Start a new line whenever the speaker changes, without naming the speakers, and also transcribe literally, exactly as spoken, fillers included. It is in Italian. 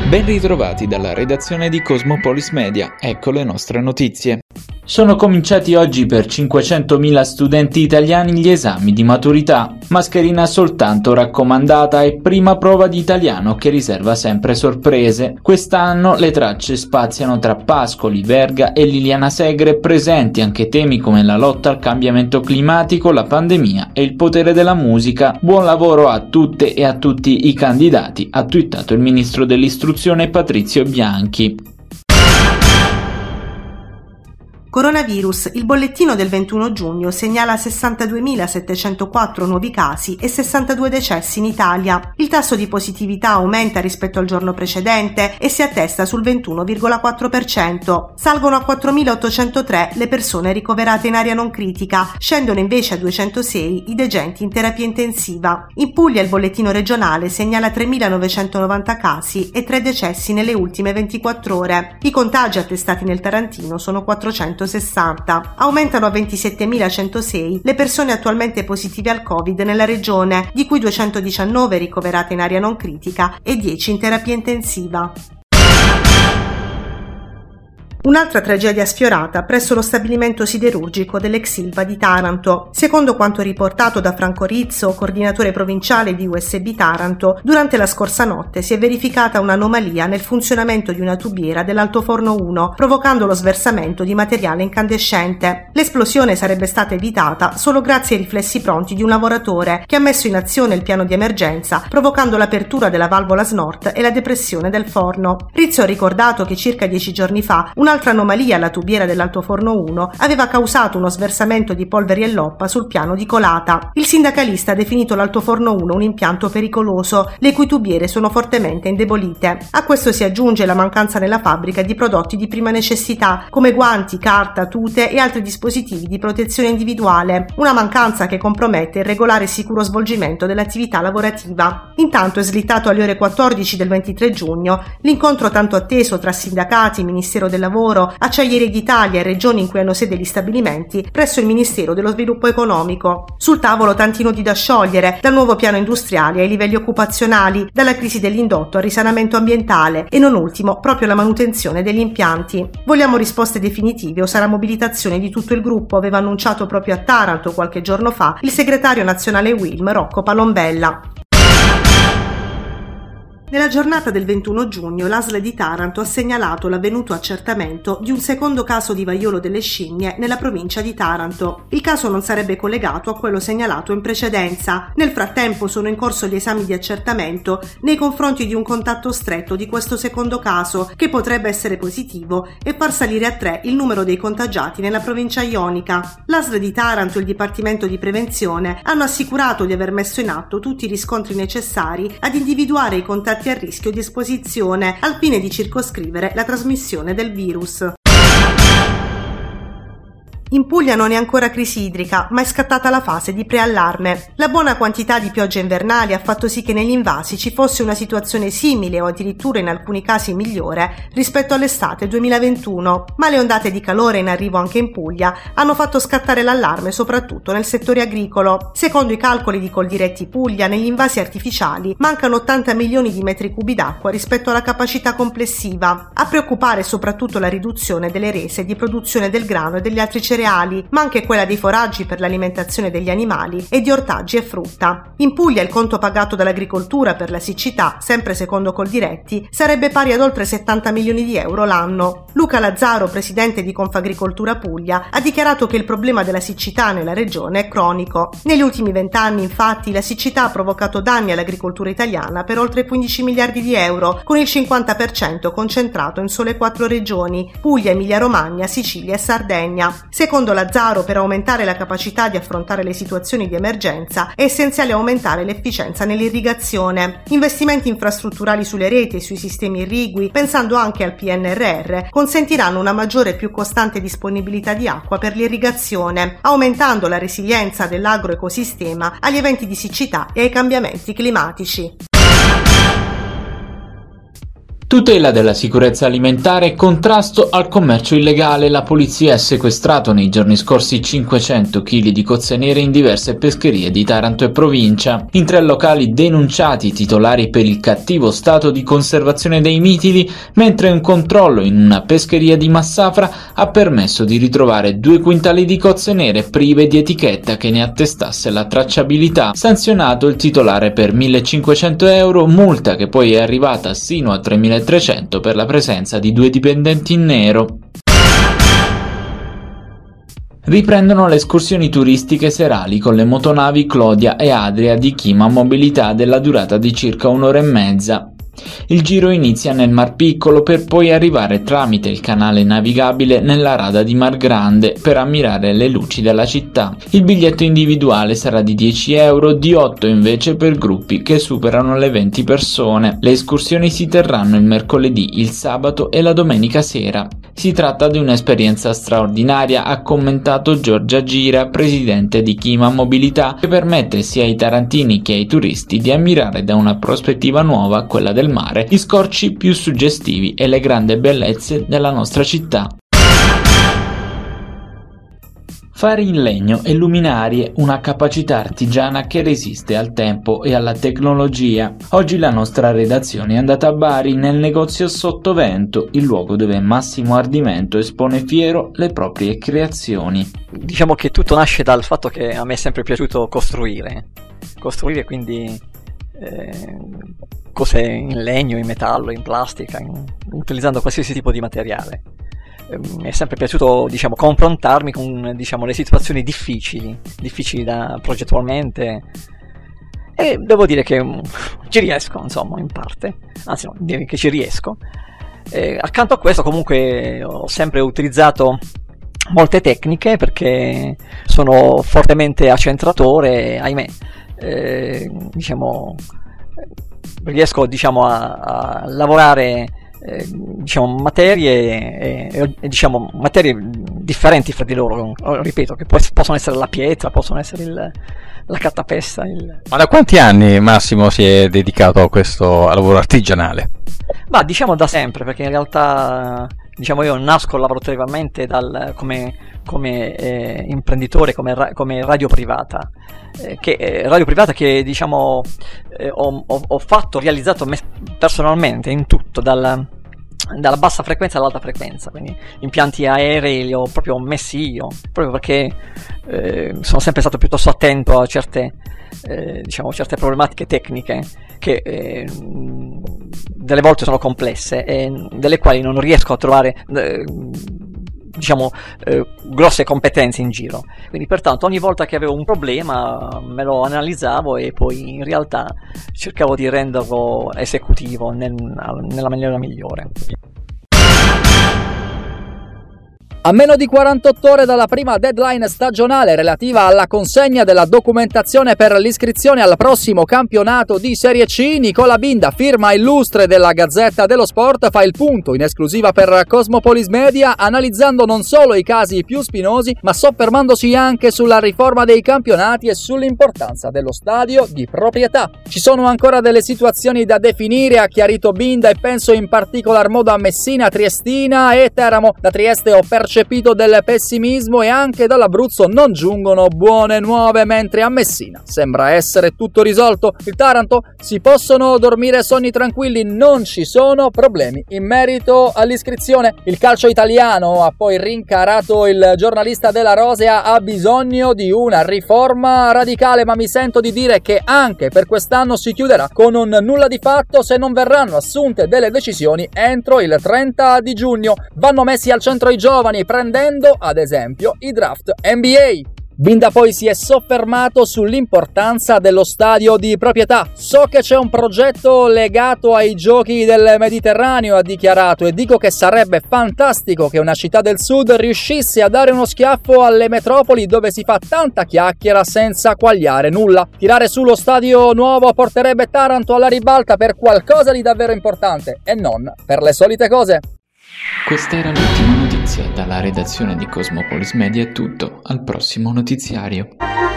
Ben ritrovati dalla redazione di Cosmopolis Media, ecco le nostre notizie. Sono cominciati oggi per cinquecentomila studenti italiani gli esami di maturità. Mascherina soltanto raccomandata e prima prova di italiano che riserva sempre sorprese. Quest'anno le tracce spaziano tra Pascoli, Verga e Liliana Segre, presenti anche temi come la lotta al cambiamento climatico, la pandemia e il potere della musica. Buon lavoro a tutte e a tutti i candidati, ha twittato il ministro dell'istruzione Patrizio Bianchi.
Coronavirus, il bollettino del ventuno giugno segnala sessantaduemilasettecentoquattro nuovi casi e sessantadue decessi in Italia. Il tasso di positività aumenta rispetto al giorno precedente e si attesta sul ventuno virgola quattro per cento. Salgono a quattromilaottocentotre le persone ricoverate in area non critica, scendono invece a duecentosei i degenti in terapia intensiva. In Puglia il bollettino regionale segnala tremilanovecentonovanta casi e tre decessi nelle ultime ventiquattro ore. I contagi attestati nel Tarantino sono quattrocentosessanta. Aumentano a ventisettemilacentossei le persone attualmente positive al Covid nella regione, di cui duecentodiciannove ricoverate in area non critica e dieci in terapia intensiva. Un'altra tragedia sfiorata presso lo stabilimento siderurgico dell'ex Ilva di Taranto. Secondo quanto riportato da Franco Rizzo, coordinatore provinciale di U S B Taranto, durante la scorsa notte si è verificata un'anomalia nel funzionamento di una tubiera dell'altoforno uno, provocando lo sversamento di materiale incandescente. L'esplosione sarebbe stata evitata solo grazie ai riflessi pronti di un lavoratore che ha messo in azione il piano di emergenza, provocando l'apertura della valvola snort e la depressione del forno. Rizzo ha ricordato che circa dieci giorni fa un'altra anomalia alla tubiera dell'altoforno uno aveva causato uno sversamento di polveri e loppa sul piano di colata. Il sindacalista ha definito l'altoforno uno un impianto pericoloso, le cui tubiere sono fortemente indebolite. A questo si aggiunge la mancanza nella fabbrica di prodotti di prima necessità come guanti, carta, tute e altri dispositivi di protezione individuale, una mancanza che compromette il regolare e sicuro svolgimento dell'attività lavorativa. Intanto è slittato alle ore quattordici del ventitré giugno l'incontro tanto atteso tra sindacati, Ministero del Lavoro, Acciaierie d'Italia e regioni in cui hanno sede gli stabilimenti presso il Ministero dello Sviluppo Economico. Sul tavolo tanti nodi da sciogliere, dal nuovo piano industriale ai livelli occupazionali, dalla crisi dell'indotto al risanamento ambientale e non ultimo proprio la manutenzione degli impianti. Vogliamo risposte definitive o sarà mobilitazione di tutto il gruppo, aveva annunciato proprio a Taranto qualche giorno fa il segretario nazionale U I L M Rocco Palombella. Nella giornata del ventuno giugno l'A S L di Taranto ha segnalato l'avvenuto accertamento di un secondo caso di vaiolo delle scimmie nella provincia di Taranto. Il caso non sarebbe collegato a quello segnalato in precedenza. Nel frattempo sono in corso gli esami di accertamento nei confronti di un contatto stretto di questo secondo caso, che potrebbe essere positivo e far salire a tre il numero dei contagiati nella provincia ionica. L'A S L di Taranto e il Dipartimento di Prevenzione hanno assicurato di aver messo in atto tutti i riscontri necessari ad individuare i contatti a rischio di esposizione al fine di circoscrivere la trasmissione del virus. In Puglia non è ancora crisi idrica, ma è scattata la fase di preallarme. La buona quantità di piogge invernali ha fatto sì che negli invasi ci fosse una situazione simile o addirittura in alcuni casi migliore rispetto all'estate duemilaventuno, ma le ondate di calore in arrivo anche in Puglia hanno fatto scattare l'allarme soprattutto nel settore agricolo. Secondo i calcoli di Coldiretti Puglia, negli invasi artificiali mancano ottanta milioni di metri cubi d'acqua rispetto alla capacità complessiva. A preoccupare soprattutto la riduzione delle rese di produzione del grano e degli altri cereali, ma anche quella dei foraggi per l'alimentazione degli animali e di ortaggi e frutta. In Puglia il conto pagato dall'agricoltura per la siccità, sempre secondo Coldiretti, sarebbe pari ad oltre settanta milioni di euro l'anno. Luca Lazzaro, presidente di Confagricoltura Puglia, ha dichiarato che il problema della siccità nella regione è cronico. Negli ultimi vent'anni, infatti, la siccità ha provocato danni all'agricoltura italiana per oltre quindici miliardi di euro, con il cinquanta per cento concentrato in sole quattro regioni: Puglia, Emilia-Romagna, Sicilia e Sardegna. Secondo Lazzaro, per aumentare la capacità di affrontare le situazioni di emergenza è essenziale aumentare l'efficienza nell'irrigazione. Investimenti infrastrutturali sulle reti e sui sistemi irrigui, pensando anche al P N R R, consentiranno una maggiore e più costante disponibilità di acqua per l'irrigazione, aumentando la resilienza dell'agroecosistema agli eventi di siccità e ai cambiamenti climatici.
Tutela della sicurezza alimentare e contrasto al commercio illegale. La polizia ha sequestrato nei giorni scorsi cinquecento chili di cozze nere in diverse pescherie di Taranto e provincia. In tre locali denunciati titolari per il cattivo stato di conservazione dei mitili, mentre un controllo in una pescheria di Massafra ha permesso di ritrovare due quintali di cozze nere prive di etichetta che ne attestasse la tracciabilità. Sanzionato il titolare per millecinquecento euro, multa che poi è arrivata sino a tremilatrecento per la presenza di due dipendenti in nero. Riprendono le escursioni turistiche serali con le motonavi Clodia e Adria di Chima Mobilità della durata di circa un'ora e mezza. Il giro inizia nel Mar Piccolo per poi arrivare tramite il canale navigabile nella rada di Mar Grande per ammirare le luci della città. Il biglietto individuale sarà di dieci euro, di otto invece per gruppi che superano le venti persone. Le escursioni si terranno il mercoledì, il sabato e la domenica sera. Si tratta di un'esperienza straordinaria, ha commentato Giorgia Gira, presidente di Chima Mobilità, che permette sia ai tarantini che ai turisti di ammirare da una prospettiva nuova, quella del mare, gli scorci più suggestivi e le grandi bellezze della nostra città. Fari in legno e luminarie, una capacità artigiana che resiste al tempo e alla tecnologia. Oggi la nostra redazione è andata a Bari nel negozio Sottovento, il luogo dove Massimo Ardimento espone fiero le proprie creazioni.
Diciamo che tutto nasce dal fatto che a me è sempre piaciuto costruire, costruire quindi eh, cose in legno, in metallo, in plastica, in, utilizzando qualsiasi tipo di materiale. Mi è sempre piaciuto, diciamo, confrontarmi con, diciamo, le situazioni difficili, difficili da progettualmente, e devo dire che um, ci riesco, insomma, in parte, anzi no, direi che ci riesco. E accanto a questo comunque ho sempre utilizzato molte tecniche perché sono fortemente accentratore, ahimè, eh, diciamo, riesco, diciamo, a, a lavorare Eh, diciamo materie e, e, e diciamo materie differenti fra di loro, ripeto, che poi possono essere la pietra, possono essere il, la cartapesta. Il...
Ma da quanti anni Massimo si è dedicato a questo a lavoro artigianale?
Ma diciamo da sempre, perché in realtà diciamo io nasco lavorativamente dal, come, come eh, imprenditore, come, come radio privata, eh, che, eh, radio privata che diciamo eh, ho, ho, ho fatto, realizzato me personalmente in tutto, dal, dalla bassa frequenza all'alta frequenza, quindi impianti aerei li ho proprio messi io, proprio perché eh, sono sempre stato piuttosto attento a certe, eh, diciamo, certe problematiche tecniche che eh, delle volte sono complesse e delle quali non riesco a trovare eh, diciamo eh, grosse competenze in giro, quindi pertanto ogni volta che avevo un problema me lo analizzavo e poi in realtà cercavo di renderlo esecutivo nel, nella maniera migliore.
A meno di quarantotto ore dalla prima deadline stagionale relativa alla consegna della documentazione per l'iscrizione al prossimo campionato di Serie C, Nicola Binda, firma illustre della Gazzetta dello Sport, fa il punto in esclusiva per Cosmopolis Media, analizzando non solo i casi più spinosi, ma soffermandosi anche sulla riforma dei campionati e sull'importanza dello stadio di proprietà. Ci sono ancora delle situazioni da definire, ha chiarito Binda, e penso in particolar modo a Messina, Triestina e Teramo. Da Trieste ho percepito del pessimismo e anche dall'Abruzzo non giungono buone nuove, mentre a Messina sembra essere tutto risolto. Il Taranto si possono dormire sonni tranquilli, non ci sono problemi in merito all'iscrizione. Il calcio italiano, ha poi rincarato il giornalista della Rosea, ha bisogno di una riforma radicale, ma mi sento di dire che anche per quest'anno si chiuderà con un nulla di fatto se non verranno assunte delle decisioni entro il trenta di giugno. Vanno messi al centro i giovani, prendendo ad esempio i draft N B A. Binda poi si è soffermato sull'importanza dello stadio di proprietà. So che c'è un progetto legato ai giochi del Mediterraneo, ha dichiarato, e dico che sarebbe fantastico che una città del sud riuscisse a dare uno schiaffo alle metropoli dove si fa tanta chiacchiera senza quagliare nulla. Tirare su lo stadio nuovo porterebbe Taranto alla ribalta per qualcosa di davvero importante e non per le solite cose.
Questa era l'ultima notizia. Dalla redazione di Cosmopolis Media è tutto, al prossimo notiziario.